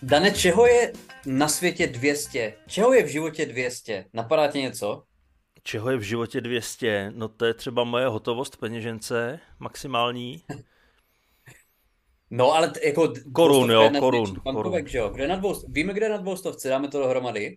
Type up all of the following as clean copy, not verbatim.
Dane, čeho je na světě 200? Čeho je v životě 200? Napadá tě něco? Čeho je v životě 200? No to je třeba moje hotovost v peněžence, maximální. No, ale jako Korun, dvoustovka je jo, jedna z korun, větších korun. bankovek, že jo? Víme, kde je na dvoustovce, dáme to dohromady.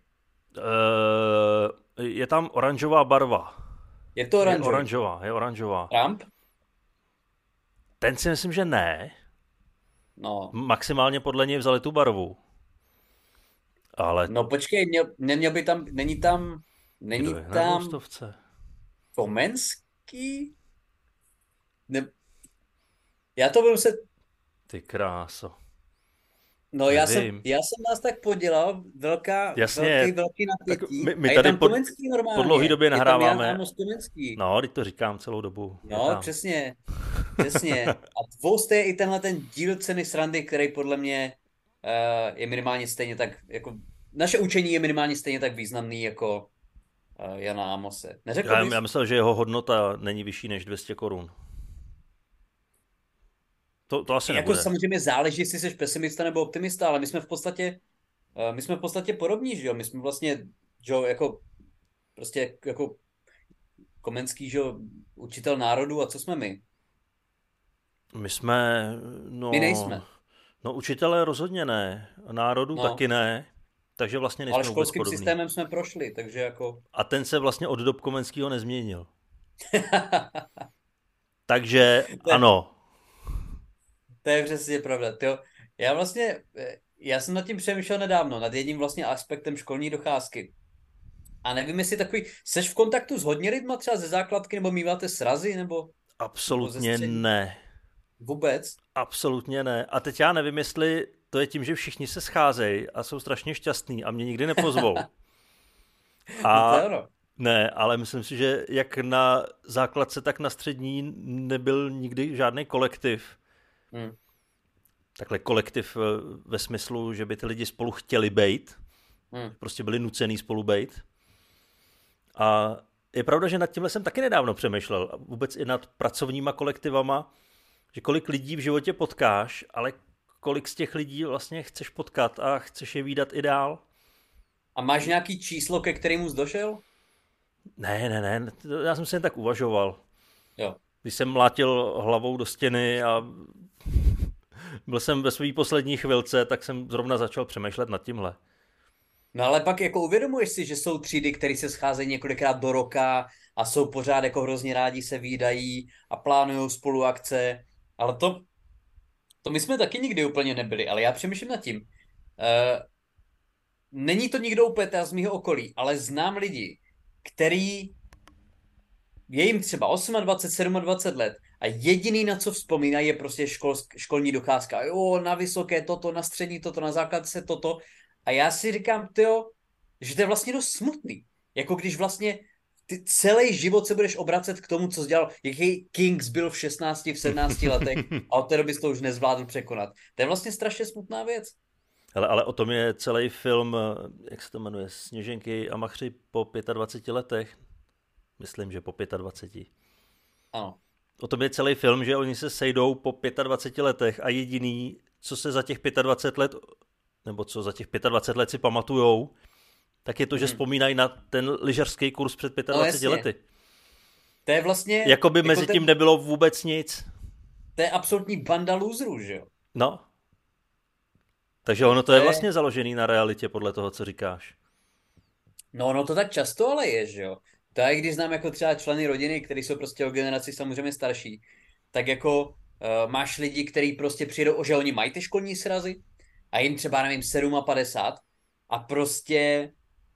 Je tam oranžová barva. Je to Je oranžový. oranžová, je oranžová. Trump? Ten si myslím, že ne. No. Maximálně podle něj vzali tu barvu. Ale No počkej, neměl by tam, kdo není je na tam dvoustovce? Komenský? Ne, já to budu muset, Ty kráso. no Nevím. já jsem nás tak podělal, Jasně, velký tak napětí my a je tady tam Komenský po dlouhý normálně. době Je tam Jan nahráváme. Amos Komenský. No, teď to říkám celou dobu. Je No, tam. přesně. Přesně. A dvousté je i tenhle ten díl ceny srandy, který podle mě je minimálně stejně tak, jako naše učení je minimálně stejně tak významný jako Jana Amose. Neřekl Já bys? myslel, že jeho hodnota není vyšší než 200 korun. To asi Jako nebude. samozřejmě záleží, jestli jsi pesimista nebo optimista, ale my jsme v podstatě podobní, že jo? My jsme vlastně, že jo, jako prostě jako Komenský, že jo, učitel národu a co jsme my? My jsme, My no, nejsme. no učitelé rozhodně ne, národu No, taky ne, takže vlastně ale nejsme vůbec školským podobní. systémem jsme prošli, takže jako A ten se vlastně od dob Komenského nezměnil. Takže to je, ano, to je přesně pravda. Tyjo, já jsem nad tím přemýšlel nedávno, nad jedním vlastně aspektem školní docházky. A nevím, jestli takový, seš v kontaktu s hodně lidma třeba ze základky, nebo míváte srazy, nebo ze absolutně střední? ne. Vůbec? Absolutně ne. A teď já nevím, jestli to je tím, že všichni se scházejí a jsou strašně šťastní a mě nikdy nepozvou. No to A je ono. ne, ale myslím si, že jak na základce, tak na střední nebyl nikdy žádný kolektiv. Hm, Takhle kolektiv ve smyslu, že by ty lidi spolu chtěli bejt, hm. prostě byli nucený spolu bejt. A je pravda, že nad tímhle jsem taky nedávno přemýšlel, a vůbec i nad pracovníma kolektivama, že kolik lidí v životě potkáš, ale kolik z těch lidí vlastně chceš potkat a chceš je vídat i dál. A máš nějaký číslo, ke kterému jsi došel? Ne, já jsem si jen tak uvažoval. Jo. Když jsem mlátil hlavou do stěny a byl jsem ve své poslední chvilce, tak jsem zrovna začal přemýšlet nad tímhle. No ale pak jako uvědomuješ si, že jsou třídy, které se scházejí několikrát do roka a jsou pořád jako hrozně rádi se vídají a plánují spolu akce, ale to my jsme taky nikdy úplně nebyli, ale já přemýšlím nad tím. Uh, Není to nikdo úplně teda z mého okolí, ale znám lidi, který je jim třeba 28, 27 let a jediný, na co vzpomínají, je prostě školní docházka. Jo, na vysoké toto, na střední toto, na základce toto. A já si říkám, tyjo, že to je vlastně dost smutný. Jako když vlastně ty celý život se budeš obracet k tomu, co jsi dělal, jaký Kings byl v 16, v 17 letech a od té doby jsi to už nezvládl překonat. To je vlastně strašně smutná věc. Hele, ale o tom je celý film, jak se to jmenuje, Sněženky a machři po 25 letech. Myslím, že po 25. Ano. O tom je celý film, že oni se sejdou po 25 letech a jediný, co se za těch 25 let, nebo co za těch 25 let si pamatujou, tak je to, že Mhm. vzpomínají na ten lyžařský kurz před No 25 jasně. lety. To je vlastně, Jakoby jako mezi tím nebylo vůbec nic. to je absolutní banda loserů, že jo? No, takže ono to To je je, vlastně založený na realitě podle toho, co říkáš. no to tak často ale je, že jo? To já, když znám jako třeba členy rodiny, kteří jsou prostě o generaci samozřejmě starší, tak jako máš lidi, kteří prostě přijedou, že oni mají ty školní srazy a jim třeba, nevím, 57 a prostě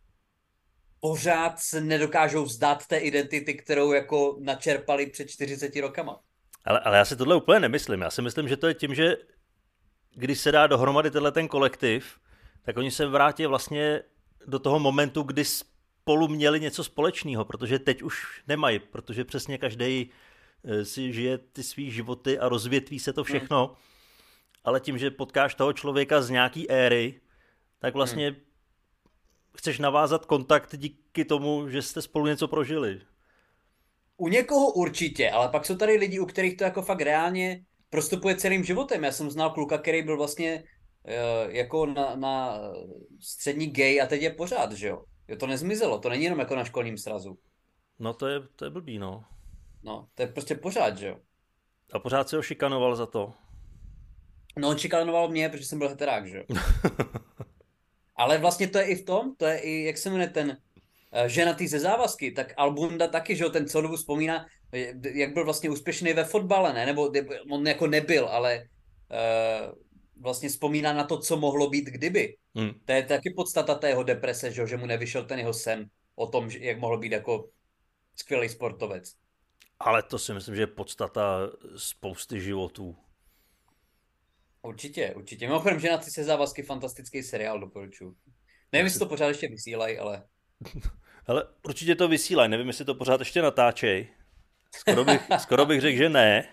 pořád se nedokážou vzdát té identity, kterou jako načerpali před 40 rokama. Ale já si tohle úplně nemyslím. Já si myslím, že to je tím, že když se dá dohromady tenhle ten kolektiv, tak oni se vrátí vlastně do toho momentu, kdy spolu měli něco společného, protože teď už nemají, protože přesně každý si žije ty svý životy a rozvětví se to Hmm. všechno, ale tím, že potkáš toho člověka z nějaký éry, tak Hmm. vlastně chceš navázat kontakt díky tomu, že jste spolu něco prožili. U někoho určitě, ale pak jsou tady lidi, u kterých to jako fakt reálně prostupuje celým životem. Já jsem znal kluka, který byl vlastně jako na střední gay a teď je pořád, že jo? Jo, to nezmizelo, to není jenom jako na školním srazu. No to je blbý, no. No, to je prostě pořád, že jo? A pořád se ho šikanoval za to. No, on šikanoval mě, protože jsem byl heterák, že jo? Ale vlastně to je i v tom, to je i, jak se jmenuje ten ženatý ze závazky, tak Albunda taky, že jo, ten celou dobu vzpomíná, jak byl vlastně úspěšný ve fotbale, ne? Nebo on jako nebyl, ale vlastně vzpomíná na to, co mohlo být kdyby. To je taky podstata té jeho deprese, že mu nevyšel ten jeho sen o tom, jak mohl být jako skvělý sportovec. Ale to si myslím, že je podstata spousty životů. Určitě, určitě. Mimochodem, ženatý se závazky, fantastický seriál, doporučuji. Nevím, jestli to pořád ještě vysílají, ale... Ale určitě to vysílají, nevím, jestli to pořád ještě natáčej. Skoro bych řekl, že ne.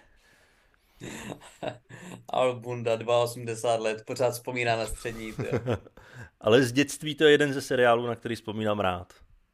Albunda, 82 let, pořád vzpomíná na střední. Ale z dětství to je jeden ze seriálů, na který vzpomínám rád.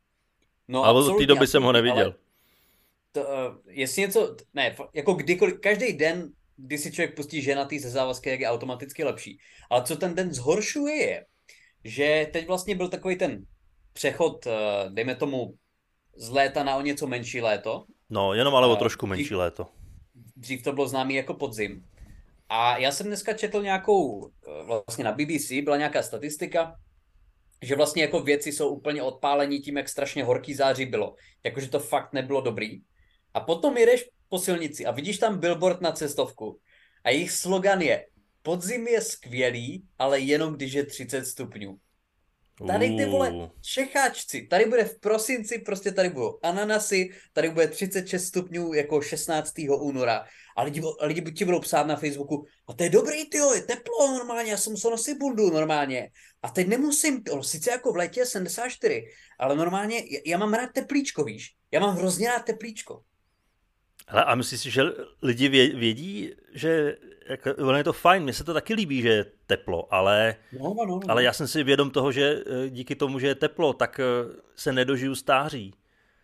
No, ale od té doby jsem ho neviděl. To, jestli něco, ne, jako kdykoliv, každý den, kdy si člověk pustí ženatý ze závazky, jak je automaticky lepší. Ale co ten den zhoršuje je, že teď vlastně byl takový ten přechod, dejme tomu, z léta na o něco menší léto. No, jenom ale o trošku menší léto. Dřív to bylo známý jako podzim. A já jsem dneska četl nějakou, vlastně na BBC byla nějaká statistika, že vlastně jako věci jsou úplně odpálení tím, jak strašně horký září bylo. Jakože to fakt nebylo dobrý. A potom jedeš po silnici a vidíš tam billboard na cestovku. A jejich slogan je: podzim je skvělý, ale jenom když je 30 stupňů. Tady ty vole Čecháčci, tady bude v prosinci, prostě tady budou ananasy, tady bude 36 stupňů jako 16. února a lidi ti budou psát na Facebooku: a to je dobrý, tyjo, je teplo normálně, já jsem musel nosit bundu normálně a teď nemusím, sice jako v létě 74, ale normálně já mám rád teplíčko, víš, já mám hrozně rád teplíčko. Hele, a myslíš si, že lidi vědí, že ono je to fajn, mně se to taky líbí, že je teplo, ale já jsem si vědom toho, že díky tomu, že je teplo, tak se nedožiju stáří.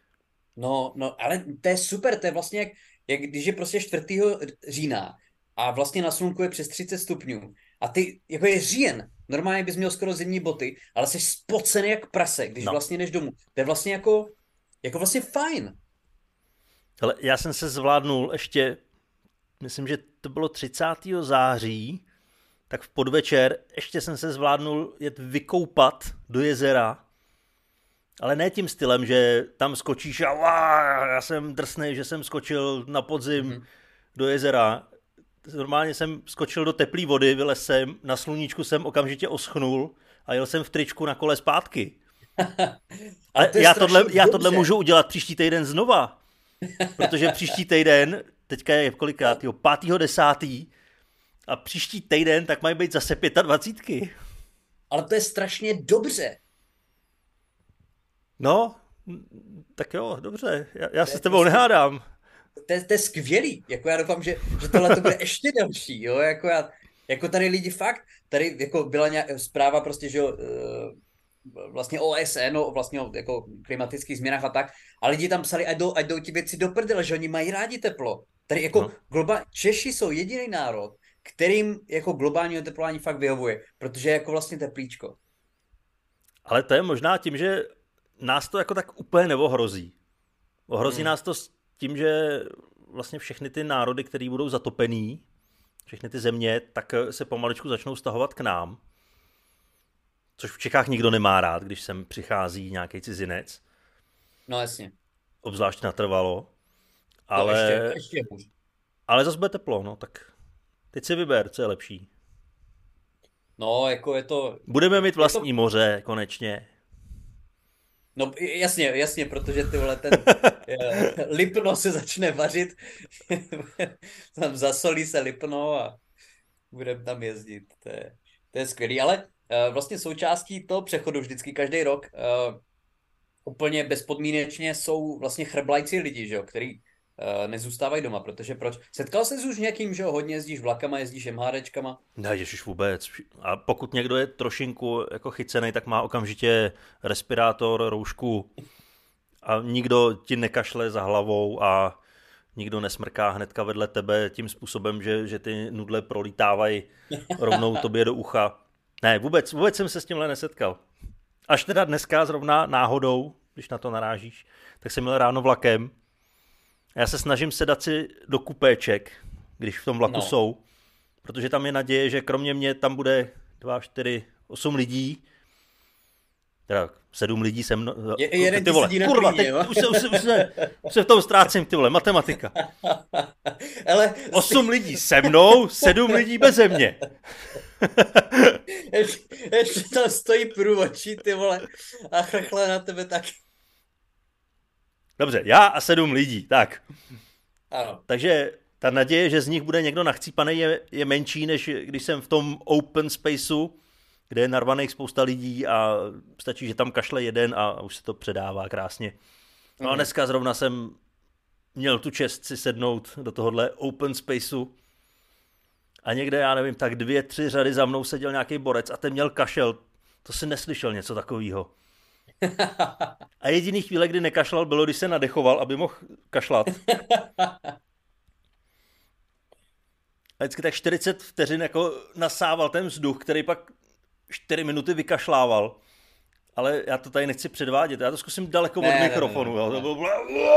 No, ale to je super, to je vlastně jak když je prostě 4. října a vlastně na slunku je přes 30 stupňů a ty, jako je říjen, normálně bys měl skoro zimní boty, ale jsi spocený jak prase, když vlastně jdeš domů. To je vlastně jako vlastně fajn. Hele, já jsem se zvládnul ještě, myslím, že to bylo 30. září, tak v podvečer ještě jsem se zvládnul jet vykoupat do jezera, ale ne tím stylem, že tam skočíš a já jsem drsnej, že jsem skočil na podzim do jezera. Normálně jsem skočil do teplé vody, vylez jsem, na sluníčku jsem okamžitě oschnul a jel jsem v tričku na kole zpátky. Ale já tohle můžu udělat příští týden znova. Protože příští týden, teďka je kolikát, 5.10. a příští týden tak mají být zase 25. Ale to je strašně dobře. No, tak jo, dobře, já se s tebou nehádám. To je skvělý, jako já doufám, že tohle to bude ještě další, jo, jako tady lidi fakt, tady jako byla nějaká zpráva prostě, že vlastně OSN, vlastně o jako klimatických změnách a tak, a lidi tam psali, ať jdou ti věci do prdele, že oni mají rádi teplo. Tady jako Češi jsou jediný národ, kterým jako globální oteplování fakt vyhovuje, protože je jako vlastně teplíčko. Ale to je možná tím, že nás to jako tak úplně neohrozí. Ohrozí nás to s tím, že vlastně všechny ty národy, které budou zatopený, všechny ty země, tak se pomaličku začnou stahovat k nám. Což v Čechách nikdo nemá rád, když sem přichází nějaký cizinec. No jasně. Obzvlášť natrvalo. Ale, ještě hůř. Ale zase bude teplo, no tak teď si vyber, co je lepší. No, jako je to... Budeme mít vlastní moře, konečně. No jasně, protože ty vole, ten Lipno se začne vařit, tam zasolí se Lipno a budeme tam jezdit, to je skvělý, ale vlastně součástí toho přechodu vždycky každý rok úplně bezpodmínečně jsou vlastně chrblajci lidi, že jo, který nezůstávají doma, protože proč? Setkal jsi už někým, že jo, hodně jezdíš vlakama, jezdíš MHDčkama? Ne, ježiš vůbec. A pokud někdo je trošinku jako chycený, tak má okamžitě respirátor, roušku a nikdo ti nekašle za hlavou a nikdo nesmrká hnedka vedle tebe tím způsobem, že ty nudle prolítávají rovnou tobě do ucha. Ne, vůbec jsem se s tímhle nesetkal. Až teda dneska zrovna náhodou, když na to narážíš, tak jsem měl ráno vlakem. Já se snažím sedat si do kupéček, když v tom vlaku jsou, protože tam je naděje, že kromě mě tam bude 2, 4, 8 lidí, teda 7 lidí se mnou. Jeden ty vole, kurva, teď už se v tom ztrácím, ty vole, matematika. Ale 8 lidí se mnou, 7 lidí beze mě. ještě tam stojí průvodčí, ty vole, a chrchle na tebe taky. Dobře, já a 7 lidí, tak. Ano. Takže ta naděje, že z nich bude někdo nachcípaný, je menší, než když jsem v tom open spaceu, kde je narvaných spousta lidí a stačí, že tam kašle jeden a už se to předává krásně. No a dneska zrovna jsem měl tu čest si sednout do tohohle open spaceu a někde, já nevím, tak 2, 3 řady za mnou seděl nějaký borec a ten měl kašel. To si neslyšel něco takového. A jediný chvíle, kdy nekašlal, bylo, když se nadechoval, aby mohl kašlat. A vždycky tak 40 vteřin jako nasával ten vzduch, který pak 4 minuty vykašlával. Ale já to tady nechci předvádět, já to zkusím daleko od mikrofonu. Ne. To bylo...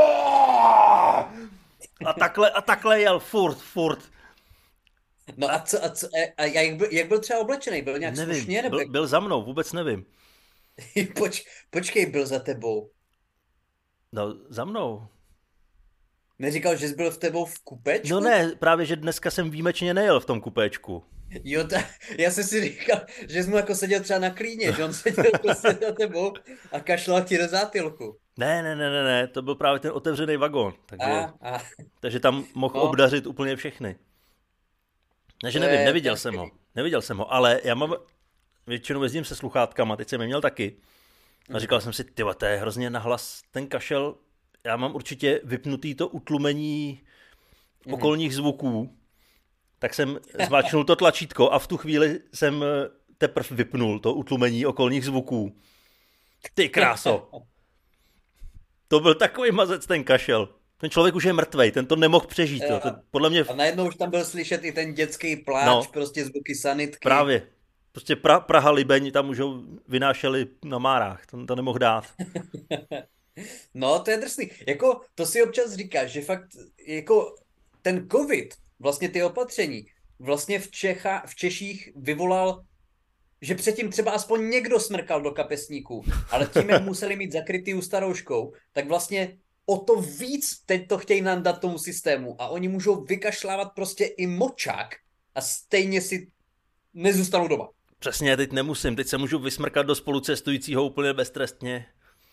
A takhle jel furt. No a jak byl třeba oblečený? Byl nějak slušně? Nebo... Byl za mnou, vůbec nevím. Počkej, byl za tebou. No, za mnou. Neříkal, že jsi byl v tebou v kupečku? No ne, právě, že dneska jsem výjimečně nejel v tom kupečku. Jo, já jsem si říkal, že jsi mu jako seděl třeba na klíně, že on seděl prostě za tebou a kašlal ti do zátylku. Ne, to byl právě ten otevřený vagón, takže tam mohl obdařit úplně všechny. Takže nevím, neviděl jsem ho, ale já mám, většinou jezdím se sluchátkama, teď jsem je měl taky a říkal jsem si, tyva, to je hrozně nahlas ten kašel, já mám určitě vypnutý to utlumení okolních zvuků, tak jsem zmáčknul to tlačítko a v tu chvíli jsem teprve vypnul to utlumení okolních zvuků. Ty kráso. To byl takový mazec ten kašel. Ten člověk už je mrtvej, ten to nemohl přežít. Podle mě... A najednou už tam byl slyšet i ten dětský pláč, prostě zvuky sanitky. Právě. Prostě Praha, Libeň, tam už ho vynášeli na márách. To nemohl dát. No, to je drsný. Jako, to si občas říkáš, že fakt, jako ten covid, vlastně ty opatření, vlastně v Češích vyvolal, že předtím třeba aspoň někdo smrkal do kapesníků, ale tím, jak museli mít zakrytý starouškou, tak vlastně o to víc teď to chtějí nám dát tomu systému a oni můžou vykašlávat prostě i močák a stejně si nezůstanou doma. Přesně, teď nemusím, teď se můžu vysmrkat do spolucestujícího úplně beztrestně.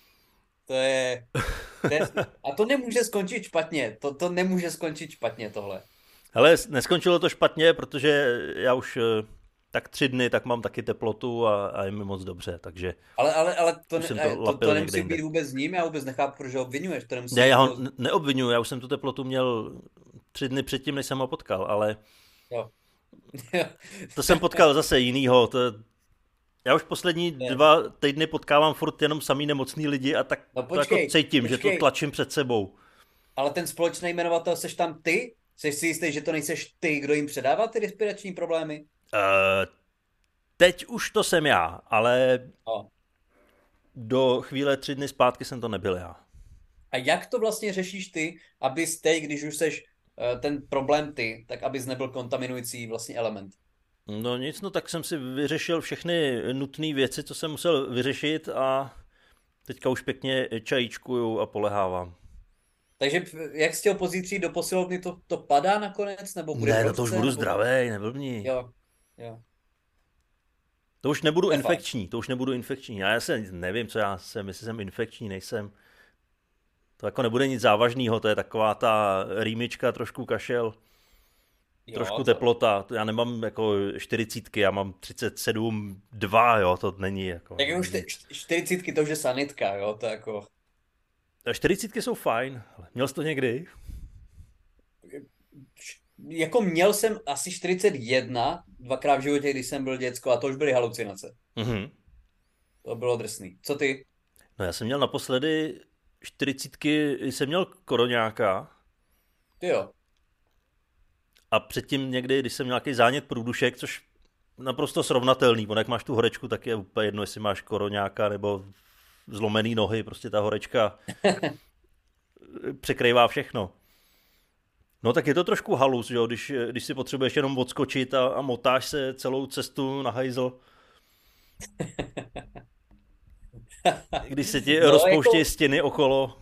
A to nemůže skončit špatně, to nemůže skončit špatně tohle. Hele, neskončilo to špatně, protože já už tak 3 dny, tak mám taky teplotu a je mi moc dobře, takže... Ale to nemusí být vůbec s ním, já vůbec nechápu, proč ho obvinuješ. Já ho neobvinuju, já už jsem tu teplotu měl 3 dny předtím, než jsem ho potkal, ale... Jo. To jsem potkal zase jinýho, já už poslední 2 týdny potkávám furt jenom samý nemocný lidi a tak to jako cítím, že to tlačím před sebou. Ale ten společný jmenovatel, seš tam ty? Jsi si jistý, že to nejseš ty, kdo jim předává ty respirační problémy? Teď už to jsem já, ale do chvíle 3 dny zpátky jsem to nebyl já. A jak to vlastně řešíš ty, abys teď, když už seš ten problém ty, tak abys nebyl kontaminující vlastně element? No nic, no tak jsem si vyřešil všechny nutné věci, co jsem musel vyřešit a teďka už pěkně čajíčkuju a polehávám. Takže jak jsi chtěl pozítří do posilovny, to padá nakonec? Nebo bude ne, to už budu zdravej, neblbni. Jo. To už nebudu infekční, Já se nevím, co já jsem, jestli jsem infekční, nejsem. To jako nebude nic závažného, to je taková ta rýmička, trošku kašel. Trošku teplota, já nemám jako 40, já mám 37,2, jo, to není jako... Tak už 40 to už je sanitka, jo, to jako... 40 jsou fajn, měl jsi to někdy? Jako měl jsem asi 41, 2krát v životě, když jsem byl děcko a to už byly halucinace. Mhm. To bylo drsný. Co ty? No já jsem měl naposledy 40, jsem měl koroňáka Ty jo. A předtím někdy, když jsem měl nějaký zánět průdušek, což naprosto srovnatelný, on jak máš tu horečku, tak je úplně jedno, jestli máš koroňáka nebo zlomený nohy, prostě ta horečka překrývá všechno. No tak je to trošku halus, že jo? Když si potřebuješ jenom odskočit a motáš se celou cestu na hajzl. Když se ti No, rozpouštějí jako, stěny okolo.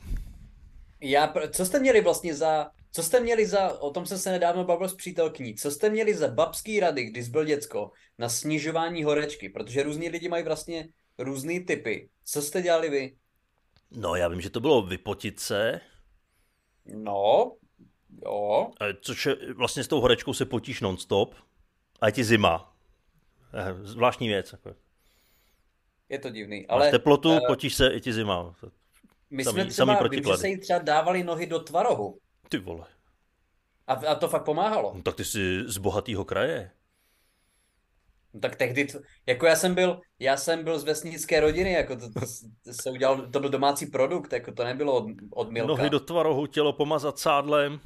co jste měli za, o tom jsem se nedávno bavil s přítelkyní, co jste měli za babský rady, když byl děcko, na snižování horečky, protože různí lidi mají vlastně různý typy. Co jste dělali vy? No já vím, že to bylo vypotit se, No, jo, což je, vlastně s tou horečkou se potíš non-stop a je ti zima. Zvláštní věc. Jako. je to divný, Máš ale teplotu, potíš se, je ti zima. my jsme Samý třeba, vím, že se protiklady. jí třeba dávali nohy do tvarohu Ty vole. a to fakt pomáhalo. No, tak ty jsi z bohatého kraje. No, tak tehdy, jako já jsem byl z vesnické rodiny, jako to se udělal, to byl domácí produkt, jako to nebylo od Nohy Milka. do tvarohu, tělo pomazat sádlem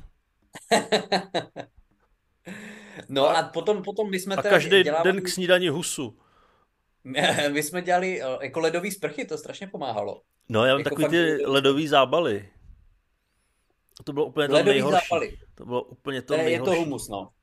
No a potom my jsme a teda každý den k dělávali, snídani husu. my jsme dělali jako ledový sprchy, to strašně pomáhalo. No já mám Jako takový fakt ty ledový zábaly. To bylo úplně to ledový nejhorší. zápaly, To bylo úplně to je to nejhorší. humus, no.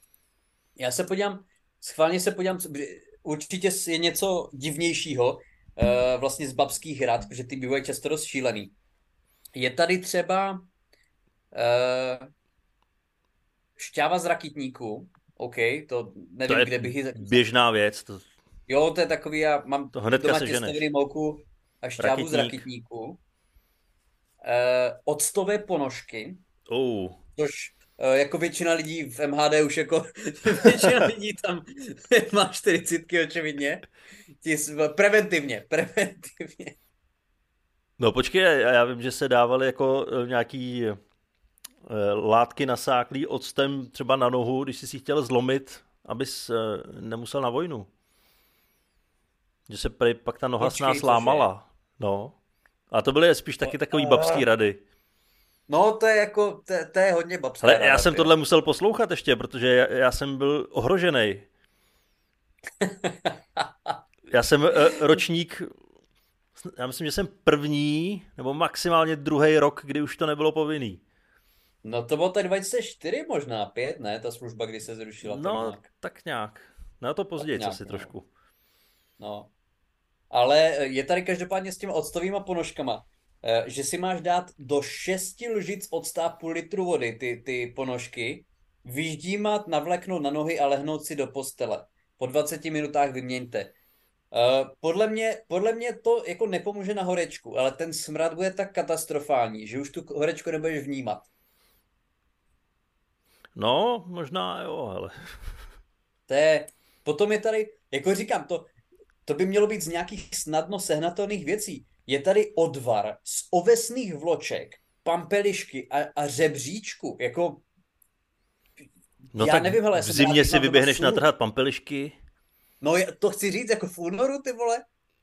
Schválně se podívám, určitě je něco divnějšího, vlastně z babských rad, protože ty bývají často dost šílený. Je tady třeba uh, šťáva z rakitníku, OK, to To nevím, je kde bych ji... běžná věc. Jo, to je takový, já mám To hnedka doma seženeš. těstoviny mouku a šťávu z Rakitník. rakitníku. Octové ponožky, což jako většina lidí v MHD už jako většina lidí tam má 40 očividně. Preventivně. No počkej, já vím, že se dávaly jako nějaký látky nasáklý octem třeba na nohu, když jsi si chtěl zlomit, abys nemusel na vojnu. Že se pak ta noha s nás Počkej, lámala. No. A to byly spíš taky takový babský rady. No, to je jako, to je hodně babská Ale já rada, jsem ty. tohle musel poslouchat ještě, protože já jsem byl ohrožený. Já jsem ročník, já myslím, že jsem první, nebo maximálně druhý rok, kdy už to nebylo povinný. No to bylo tak 2004 možná, 5, ne? Ta služba, kdy se zrušila tak No, nějak. tak nějak. No to Tak později, co nějak, si no. trošku. No. Ale je tady každopádně s těmi octovýma ponožkama, že si máš dát do 6 lžic octa půl litru vody, ty ponožky, vyždímat, navleknout na nohy a lehnout si do postele. Po 20 minutách vyměňte. Podle mě to jako nepomůže na horečku, ale ten smrad bude tak katastrofální, že už tu horečku nebudeš vnímat. No, možná jo, ale... Potom je tady, jako říkám, to by mělo být z nějakých snadno sehnatelných věcí. Je tady odvar z ovesných vloček, pampelišky a řebříčku. Jako, No já tak nevím, hele, v zimě si vyběhneš natrhat pampelišky. No, to chci říct, jako v únoru, ty vole.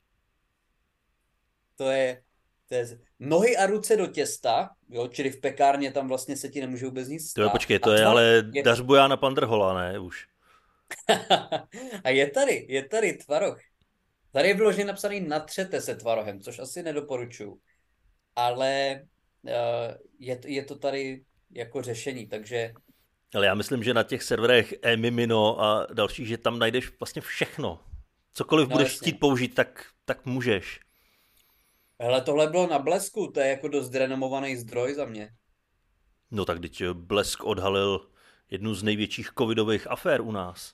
To je nohy a ruce do těsta, jo, čili v pekárně tam vlastně se ti nemůže vůbec nic To jo, stát. počkej, A to je tvar- ale je- Dařbujana Pandrhola, ne, už. A je tady tvaroh. Tady je vyloženě napsaný natřete se tvarohem, což asi nedoporučuju. Ale je to tady jako řešení, takže Ale já myslím, že na těch serverech eMimino a dalších, že tam najdeš vlastně všechno. Cokoliv no budeš jasně. chtít použít, tak můžeš. Hele, tohle bylo na Blesku, to je jako dost renomovaný zdroj za mě. No tak teď Blesk odhalil jednu z největších covidových afér u nás.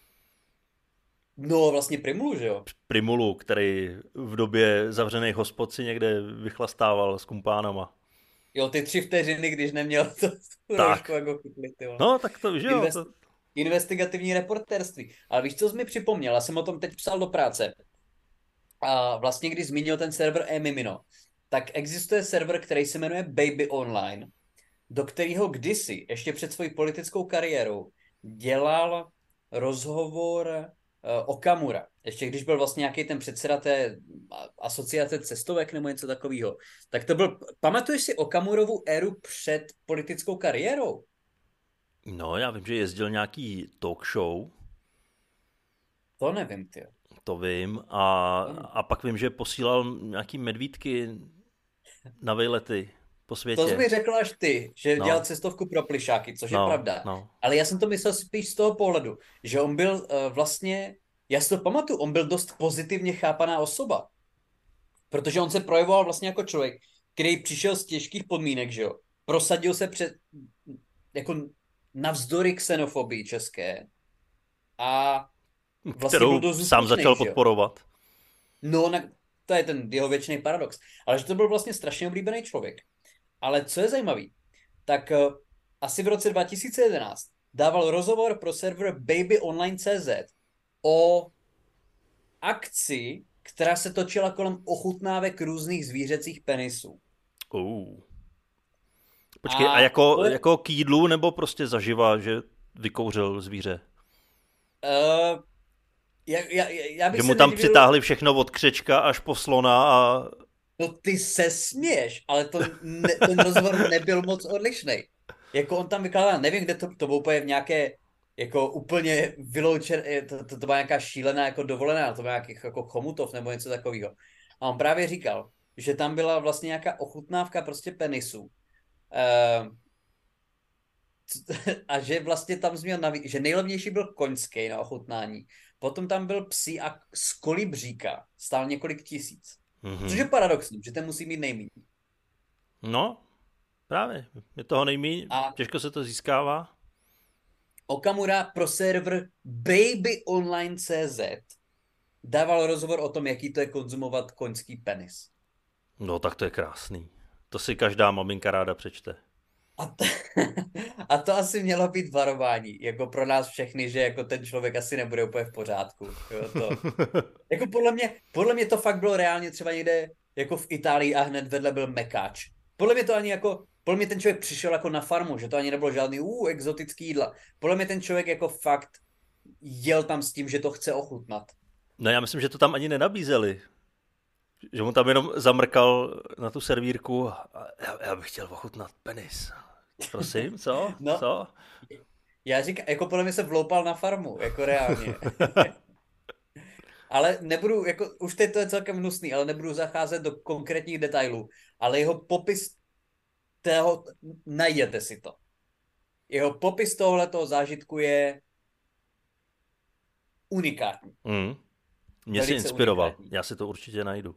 No vlastně Primulu, že jo? Primulu, který v době zavřených hospod si někde vychlastával s kumpánama. Jo, ty 3 vteřiny, když neměl tu roušku, jako chytli, ty vole. No, tak to, že jo. Investigativní reportérství. Ale víš, co jsi mi připomněl? Já jsem o tom teď psal do práce. A vlastně, když zmínil ten server eMimino, tak existuje server, který se jmenuje Baby Online, do kterého kdysi, ještě před svojí politickou kariérou, dělal rozhovor Okamura, ještě když byl vlastně nějaký ten předseda té asociace cestovek nebo něco takového, tak to byl, pamatuješ si Okamurovu éru před politickou kariérou? No, já vím, že jezdil nějaký talk show, To nevím, ty. to vím, a pak vím, že posílal nějaký medvídky na vejlety po To jsi světě. mi řekla až ty, že dělal No, cestovku pro plišáky, což je no, pravda. no. Ale já jsem to myslel spíš z toho pohledu, že on byl vlastně, já si to pamatuju, on byl dost pozitivně chápaná osoba. Protože on se projevoval vlastně jako člověk, který přišel z těžkých podmínek, že jo. Prosadil se před, jako navzdory xenofobii české a vlastně byl Kterou dost sám úspěšný, začal že jo. podporovat. No, to je ten jeho věčný paradox. Ale že to byl vlastně strašně oblíbený člověk. Ale co je zajímavý, tak asi v roce 2011 dával rozhovor pro server babyonline.cz o akci, která se točila kolem ochutnávek různých zvířecích penisů. Počkej, a A to je, jako k jídlu, nebo prostě zaživa, že vykouřil zvíře? uh, já Že bych mu se tam nedivil, přitáhli všechno od křečka až po slona a... no ty se směješ, ale ten rozhovor nebyl moc odlišný. Jako on tam vykládal, nevím, kde to bylo úplně v nějaké, jako úplně vyloučené, to byla nějaká šílená jako dovolená, to byl nějakých jako Chomutov nebo něco takového. A on právě říkal, že tam byla vlastně nějaká ochutnávka prostě penisů. Uh, a že vlastně tam změl že nejlevnější byl koňský na ochutnání. Potom tam byl psí a z kolibříka stál několik tisíc. Což je paradoxní, že ten musí mít nejméně. No, právě. Je toho nejmíň, A těžko se to získává. Okamura pro server babyonline.cz dával rozhovor o tom, jaký to je konzumovat koňský penis. No, tak to je krásný. To si každá maminka ráda přečte. A to, a to asi mělo být varování, jako pro nás všechny, že jako ten člověk asi nebude úplně v pořádku. Jo, to. Jako podle mě to fakt bylo reálně třeba někde jako v Itálii a hned vedle byl mekáč. Podle mě ten člověk přišel jako na farmu, že to ani nebylo žádný exotický jídla. Podle mě ten člověk jako fakt jel tam s tím, že to chce ochutnat. No, já myslím, že to tam ani nenabízeli. Že mu tam jenom zamrkal na tu servírku a já bych chtěl ochutnat penis. Prosím, co? No, Co? já říkám, jako podle mě se vloupal na farmu, jako reálně. Ale nebudu, jako už teď to je celkem hnusný, ale nebudu zacházet do konkrétních detailů. Ale jeho popis tého, najděte si to. Jeho popis tohoto zážitku je unikátní. Mě si Velice inspiroval, unikátní. já si to určitě najdu.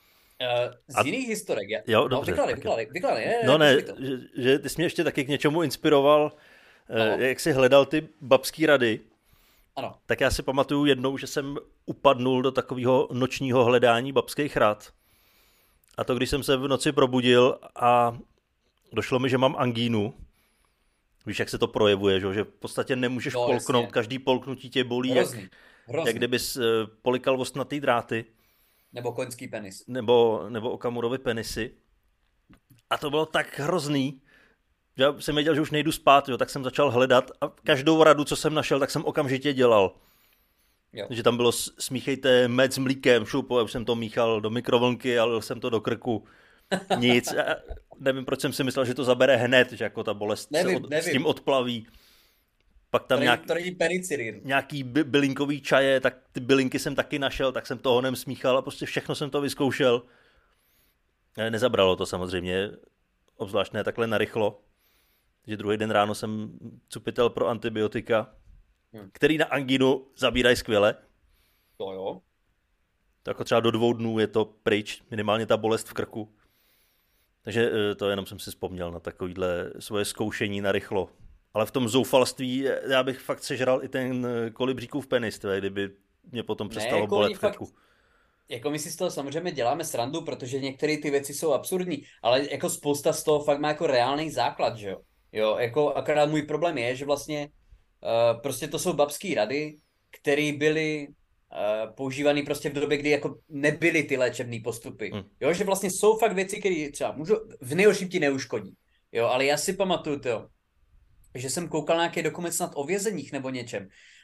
Z jiných historek. Jo, dobře. Vykládej. No ne, že ty jsi mě ještě taky k něčemu inspiroval, jak jsi hledal ty babský rady. Ano. Tak já si pamatuju jednou, že jsem upadnul do takového nočního hledání babských rad. A to, když jsem se v noci probudil a došlo mi, že mám angínu. Víš, jak se to projevuje, že v podstatě nemůžeš polknout, jasně. Každý polknutí tě bolí, Hrozný. Jak kdybys polikal ostnatý dráty. Nebo koňský penis. Nebo Okamurovi penisy. A to bylo tak hrozný, že jsem věděl, že už nejdu spát, jo, tak jsem začal hledat a každou radu, co jsem našel, tak jsem okamžitě dělal. Jo. Takže tam bylo smíchejte med s mlíkem, šup, já už jsem to míchal do mikrovlnky a lil jsem to do krku. Nic. A nevím, proč jsem si myslel, že to zabere hned, že jako ta bolest nevím. S tím odplaví. Pak tam nějaký bylinkový čaje, tak ty bylinky jsem taky našel, tak jsem to honem smíchal a prostě všechno jsem to vyzkoušel. Nezabralo to samozřejmě, obzvlášť ne takhle narychlo. Takže druhý den ráno jsem cupitel pro antibiotika, který na angínu zabírají skvěle. To jo. To jako třeba do 2 dnů je to pryč, minimálně ta bolest v krku. Takže to jenom jsem si vzpomněl na takovýhle svoje zkoušení na rychlo. Ale v tom zoufalství já bych fakt sežral i ten kolibříkův penis, kdyby mě potom přestalo bolet v krku. Jako my si z toho samozřejmě děláme srandu, protože některé ty věci jsou absurdní, ale jako spousta z toho fakt má jako reálný základ, že jo? Jo, jako akorát můj problém je, že vlastně prostě to jsou babský rady, které byly používaný prostě v době, kdy jako nebyly ty léčebné postupy. Jo, že vlastně jsou fakt věci, které třeba v nejhorším ti neuškodí. Jo, ale já si pamatuju to, že jsem koukal na nějaký dokument snad o vězeních nebo něčem.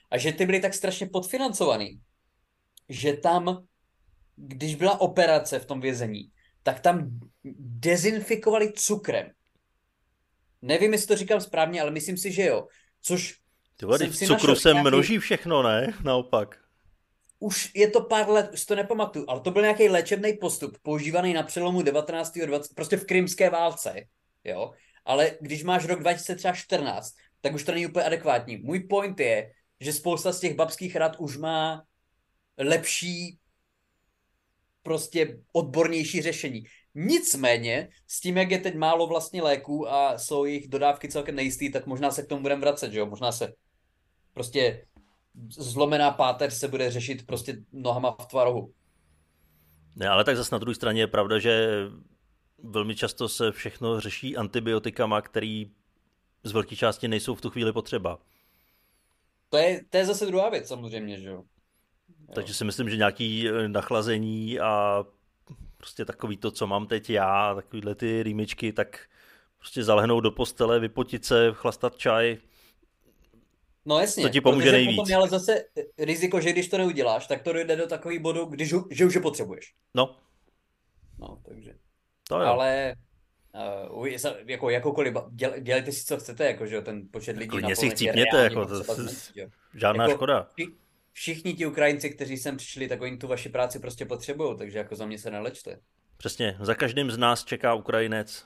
a že ty byly tak strašně podfinancovaný, že tam, když byla operace v tom vězení, tak tam dezinfikovali cukrem. Nevím, jestli to říkám správně, ale myslím si, že jo. Což Ty vole, jsem v si cukru našel se nějaký, množí všechno, ne? Naopak. už je to pár let, už to nepamatuju, ale to byl nějaký léčebný postup, používaný na přelomu 19. a 20. prostě v krymské válce, jo. Ale když máš rok 2014, tak už to není úplně adekvátní. Můj point je, že spousta z těch babských rad už má lepší, prostě odbornější řešení. Nicméně, s tím, jak je teď málo vlastně léků a jsou jejich dodávky celkem nejistý, tak možná se k tomu budeme vracet, že jo? Možná se prostě zlomená páteř se bude řešit prostě nohama v tvarohu. Ne, ale tak zase na druhé straně je pravda, že velmi často se všechno řeší antibiotikama, který z velké části nejsou v tu chvíli potřeba. To je zase druhá věc samozřejmě, že jo? Takže si myslím, že nějaký nachlazení a prostě takový to, co mám teď já, takovýhle ty rýmičky, tak prostě zalehnout do postele, vypotit se, chlastat čaj, No jasně, to ti pomůže protože nejvíc. potom je ale zase riziko, že když to neuděláš, tak to dojde do takový bodu, že už je potřebuješ. No, No, takže. to jo. Ale jako jakoukoliv, dělejte si, co chcete, jako, že jo, ten počet lidí na Klidně si planetě je chcípněte, reálně jako, potřeba zmenšit, jo. žádná Jako, škoda. všichni ti Ukrajinci, kteří sem přišli, tak oni tu vaši práci prostě potřebují, takže jako za mě se nelečte. Přesně, za každým z nás čeká Ukrajinec,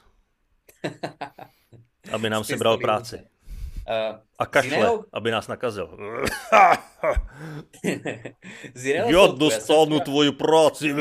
aby nám Z sebral pistolí v práci. ruce. A Z kašle, jiného, aby nás nakazil. z jiného Já soudku, dostanu tvoji práci.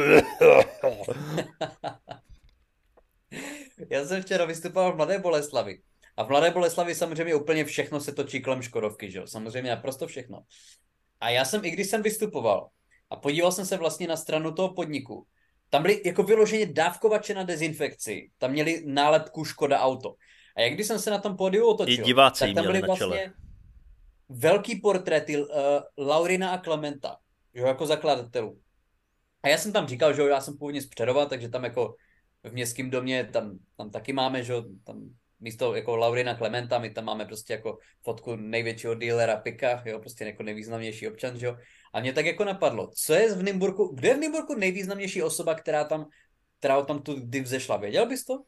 Já jsem včera vystupoval v Mladé Boleslavi. A v Mladé Boleslavi samozřejmě úplně všechno se točí kolem Škodovky, že jo? Samozřejmě naprosto všechno. A já jsem, i když jsem vystupoval a podíval jsem se vlastně na stranu toho podniku, tam byly jako vyloženě dávkovače na dezinfekci. Tam měli nálepku Škoda Auto. A jak když jsem se na tom pódiu I otočil, diváci tak jí tam měli byly na čele. vlastně velký portréty Laurina a Klementa, že jo, jako zakladatelů. A já jsem tam říkal, že jo, já jsem původně z Přerova, takže tam jako v městském domě, tam taky máme, že jo, tam místo jako Laurina Klementa, my tam máme prostě jako fotku největšího dealera Pika, jo, prostě jako nejvýznamnější občan, že jo. A mě tak jako napadlo, co je v Nymburku, kde je v Nymburku nejvýznamnější osoba, která tam tu kdy vzešla, věděl bys to?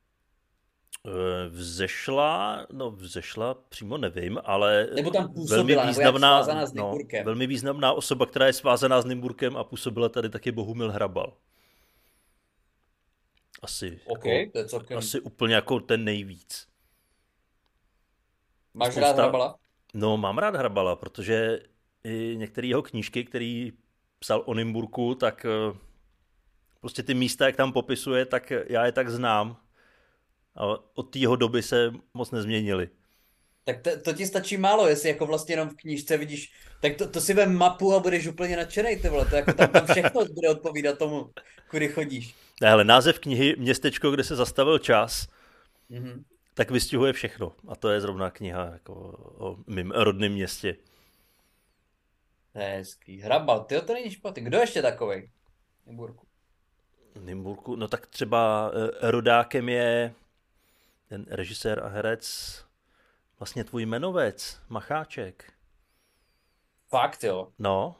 Vzešla, přímo nevím, ale Nebo tam působila, nebo jak svázaná s Nymburkem. velmi významná osoba, která je svázaná s Nymburkem a působila tady taky Bohumil Hrabal. Asi, OK, jako, to je celkem... asi úplně jako ten nejvíc. Máš rád Hrabala? No, mám rád Hrabala, protože i některé jeho knížky, který psal o Nymburku, tak prostě ty místa, jak tam popisuje, tak já je tak znám. A od té jeho doby se moc nezměnily. Tak to ti stačí málo, jestli jako vlastně jenom v knížce vidíš, tak to si vem mapu a budeš úplně nadšenej, ty vole, to jako tam všechno bude odpovídat tomu, kudy chodíš. Hele, název knihy Městečko, kde se zastavil čas, tak vystihuje všechno. A to je zrovna kniha jako o mým rodném městě. To je hezký. Hrabal, tyjo, to není špatný. Kdo ještě takovej? Nymburku, no tak třeba rodákem je ten režisér a herec, vlastně tvůj jmenovec, Macháček. Fakt, jo. No.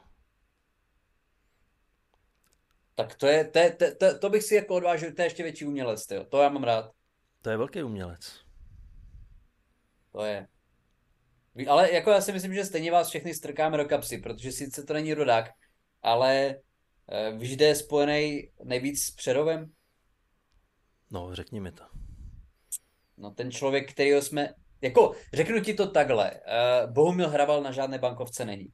Tak to bych si jako odvážil, to je ještě větší umělec, tyjo. To já mám rád. To je velký umělec. To je. Ale jako já si myslím, že stejně vás všechny strkáme do kapsy, protože sice to není rodák, ale víš, kde je spojený nejvíc s Přerovem? No, řekni mi to. No ten člověk, kterýho jsme... Jako, řeknu ti to takhle. Bohumil Hrabal na žádné bankovce není.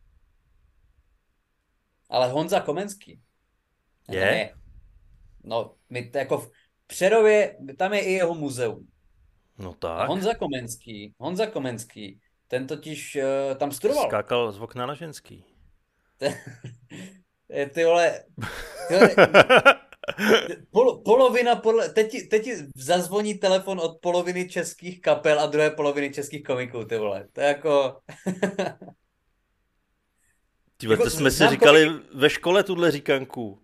Ale Honza Komenský. Je? Ne. No, my to jako v Přerově, tam je i jeho muzeum. No A tak. Honza Komenský, ten totiž tam studoval. Skákal z okna na ženský. Ty vole, polovina, teď ti zazvoní telefon od poloviny českých kapel a druhé poloviny českých komiků, ty vole. To je jako... Tyhle, to jsme si říkali ve škole tuhle říkanku.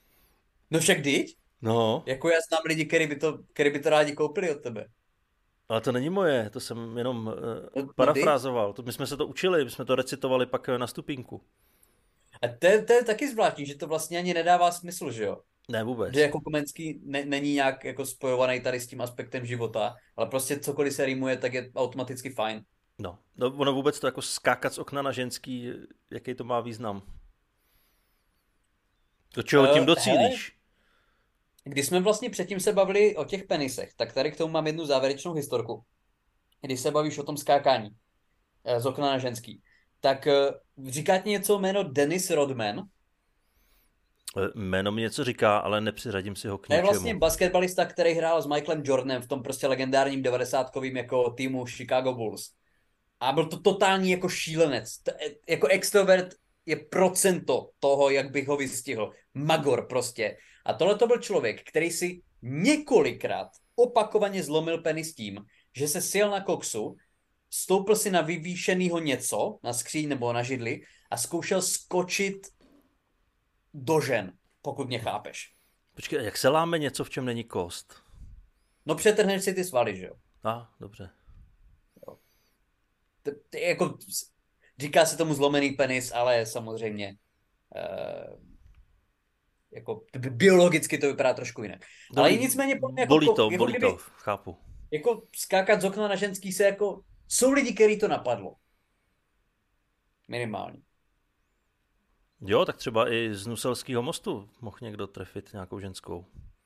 No však dyť? No. Jako já znám lidi, kteří by to rádi koupili od tebe. Ale to není moje, to jsem jenom No ty? parafrázoval. My jsme se to učili, my jsme to recitovali pak na stupínku. A to je taky zvláštní, že to vlastně ani nedává smysl, že jo? Ne Že vůbec. jako Komenský není nějak jako spojovaný tady s tím aspektem života, ale prostě cokoliv se rýmuje, tak je automaticky fajn. No, ono vůbec to jako skákat z okna na ženský, jaký to má význam. Do čeho tím Hele, docílíš? když jsme vlastně předtím se bavili o těch penisech, tak tady k tomu mám jednu závěrečnou historku. Když se bavíš o tom skákání z okna na ženský, tak říká ti něco jméno Dennis Rodman? Jméno mi něco říká, ale nepřiřadím si ho k To je vlastně ničemu. basketbalista, který hrál s Michaelem Jordanem v tom prostě legendárním 90kovým jako týmu Chicago Bulls. A byl to totální jako šílenec. Jako extrovert je procento toho, jak bych ho vystihl. Magor prostě. A tohle to byl člověk, který si několikrát opakovaně zlomil penis tím, že se sjel na koksu, stoupil si na vyvýšenýho něco, na skříň nebo na židli a zkoušel skočit do žen, pokud mě chápeš. Počkej, jak se láme něco, v čem není kost? No přetrhneš si ty svaly, že jo? Dobře. Jako, říká se tomu zlomený penis, ale samozřejmě jako biologicky to vypadá trošku jinak. Ale Dobrý, nicméně jako bolí kdyby to, chápu. jako skákat z okna na ženský se jako jsou lidi, který to napadlo. Minimálně. Jo, tak třeba i z Nuselského mostu mohl někdo trefit nějakou ženskou.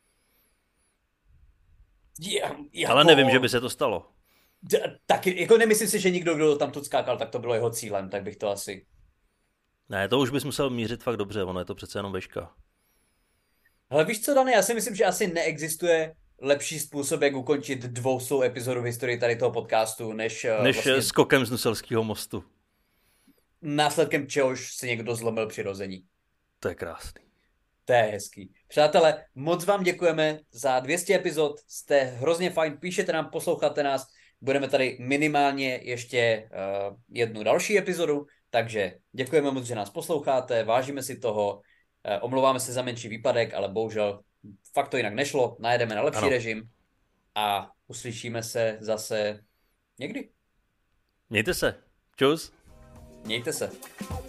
Ale nevím, že by se to stalo. Taky, jako nemyslím si, že nikdo, kdo tam tu skákal, tak to bylo jeho cílem, tak bych to asi... Ne, to už bys musel mířit fakt dobře, ono je to přece jenom veška. Ale víš co, Dane, já si myslím, že asi neexistuje lepší způsob, jak ukončit 200 epizodu v historii tady toho podcastu, než Než vlastně skokem z Nuselského mostu. následkem čehož si někdo zlomil přirození. To je krásný. To je hezký. Přátelé, moc vám děkujeme za 200 epizod, jste hrozně fajn, píšete nám, posloucháte nás, budeme tady minimálně ještě jednu další epizodu, takže děkujeme moc, že nás posloucháte, vážíme si toho, omlouváme se za menší výpadek, ale bohužel fakt to jinak nešlo, najedeme na lepší režim a uslyšíme se zase někdy. Mějte se. Čus. Mějte se.